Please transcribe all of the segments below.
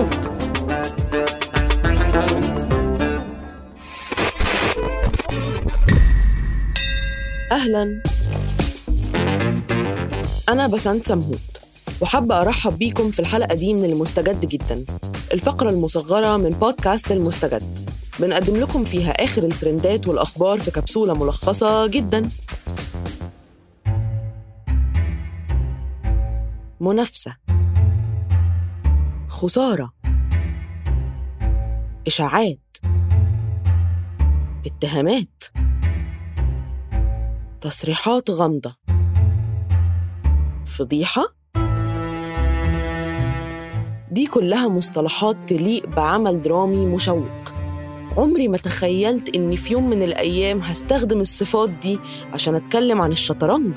صوت. أهلاً، أنا بسنت سمهوت، وحابة أرحب بيكم في الحلقة دي من المستجد جداً، الفقرة المصغرة من بودكاست المستجد. بنقدم لكم فيها آخر الترندات والأخبار في كبسولة ملخصة جداً. منافسة، خسارة، إشاعات، اتهامات، تصريحات غامضة، فضيحة. دي كلها مصطلحات تليق بعمل درامي مشوق. عمري ما تخيلت إني في يوم من الأيام هستخدم الصفات دي عشان أتكلم عن الشطرنج.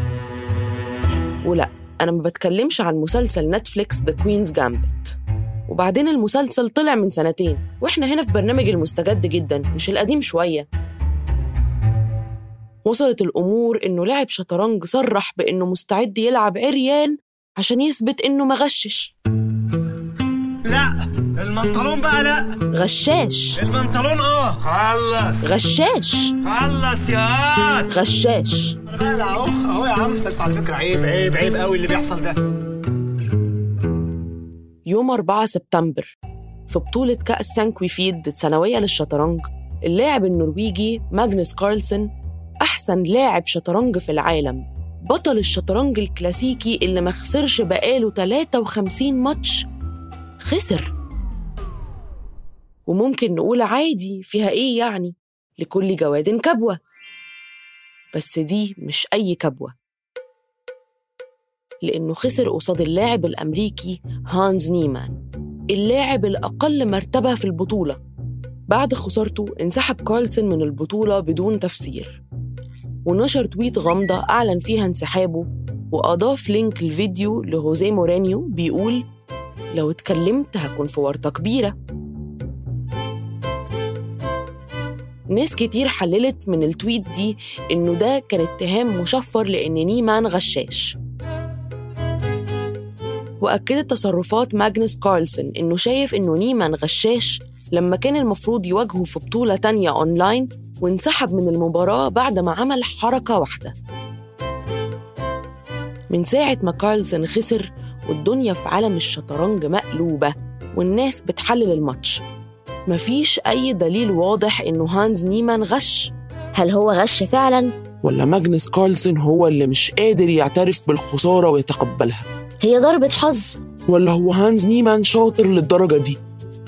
ولا أنا ما بتكلمش عن مسلسل نتفليكس The Queen's Gambit، وبعدين المسلسل طلع من 2 سنين، وإحنا هنا في برنامج المستجد جداً، مش القديم شوية. وصلت الأمور إنه لاعب شطرنج صرح بإنه مستعد يلعب عريان عشان يثبت إنه ما غشش. لا المنطلون بقى، لا غشاش. المنطلون خلص. غشاش. خلص يا غشاش. لا اهو يا عم، بس على فكرة عيب قوي اللي بيحصل ده. يوم 4 سبتمبر في بطولة كأس سانكويفيلد السنوية للشطرنج، اللاعب النرويجي ماغنس كارلسن، أحسن لاعب شطرنج في العالم، بطل الشطرنج الكلاسيكي اللي ما خسرش بقاله 53 ماتش، خسر. وممكن نقول عادي، فيها إيه يعني؟ لكل جواد كبوة. بس دي مش أي كبوة، لأنه خسر قصاد اللاعب الأمريكي هانز نيمان، اللاعب الأقل مرتبة في البطولة. بعد خسارته انسحب كارلسن من البطولة بدون تفسير، ونشر تويت غامضة أعلن فيها انسحابه، وأضاف لينك الفيديو لهوزيه مورينيو بيقول: لو اتكلمت هكون في ورطة كبيرة. ناس كتير حللت من التويت دي إنه ده كان اتهام مشفر لأن نيمان غشاش. وأكدت تصرفات ماغنس كارلسن إنه شايف إنه نيمان غشاش لما كان المفروض يواجهه في بطولة تانية أونلاين، وانسحب من المباراة بعد ما عمل حركة واحدة. من ساعة ما كارلسن خسر والدنيا في عالم الشطرنج مقلوبة، والناس بتحلل الماتش، مفيش أي دليل واضح إنه هانز نيمان غش. هل هو غش فعلاً؟ ولا ماغنس كارلسن هو اللي مش قادر يعترف بالخسارة ويتقبلها؟ هي ضربة حظ؟ ولا هو هانز نيمان شاطر للدرجة دي؟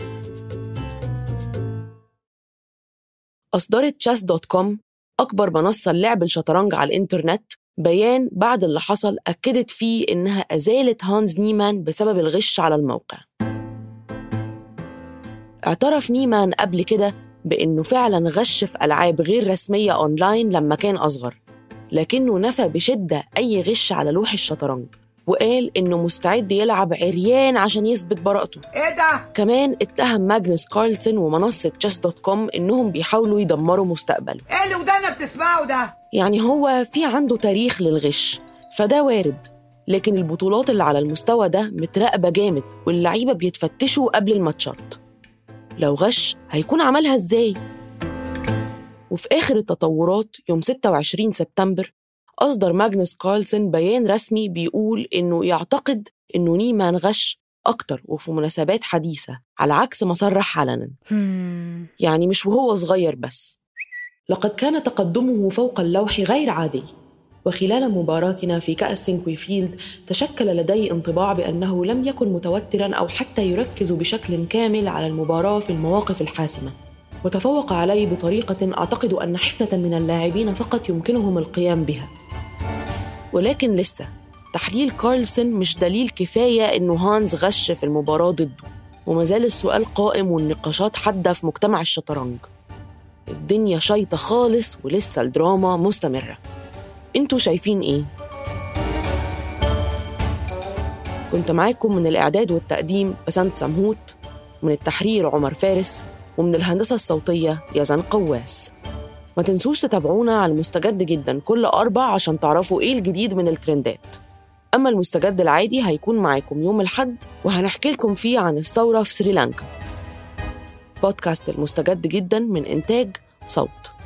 أصدرت chess.com، أكبر منصة لعب الشطرنج على الإنترنت، بيان بعد اللي حصل أكدت فيه إنها أزالت هانز نيمان بسبب الغش على الموقع. اعترف نيمان قبل كده بإنه فعلاً غش في ألعاب غير رسمية أونلاين لما كان أصغر، لكنه نفى بشدة أي غش على لوح الشطرنج، وقال إنه مستعد يلعب عريان عشان يثبت براءته. ايه ده؟ كمان اتهم ماغنس كارلسن ومنصة chess.com إنهم بيحاولوا يدمروا مستقبله. ايه اللي ودانا بتسمعه ده؟ يعني هو في عنده تاريخ للغش، فده وارد، لكن البطولات اللي على المستوى ده متراقبة جامد، واللعيبة بيتفتشوا قبل الماتشات. لو غش هيكون عملها إزاي؟ وفي آخر التطورات يوم 26 سبتمبر أصدر ماغنس كارلسن بيان رسمي بيقول إنه يعتقد إنه نيمان غش أكتر وفي مناسبات حديثة، على عكس ما صرح علناً. يعني مش وهو صغير بس. لقد كان تقدمه فوق اللوح غير عادي، وخلال مباراتنا في كأس سانكويفيلد تشكل لدي انطباع بأنه لم يكن متوتراً أو حتى يركز بشكل كامل على المباراة في المواقف الحاسمة، وتفوق علي بطريقة أعتقد أن حفنة من اللاعبين فقط يمكنهم القيام بها. ولكن لسه تحليل كارلسن مش دليل كفاية إنه هانز غش في المباراة ضده، ومازال السؤال قائم والنقاشات حادة في مجتمع الشطرنج. الدنيا شايطة خالص ولسه الدراما مستمرة. انتوا شايفين ايه؟ كنت معاكم من الإعداد والتقديم بسنت سمهوت، من التحرير عمر فارس، ومن الهندسة الصوتية يزن قواس. ما تنسوش تتابعونا على المستجد جدا كل 4 عشان تعرفوا ايه الجديد من الترندات. أما المستجد العادي هيكون معاكم يوم الأحد، وهنحكي لكم فيه عن الثورة في سريلانكا. بودكاست المستجد جدا من إنتاج صوت.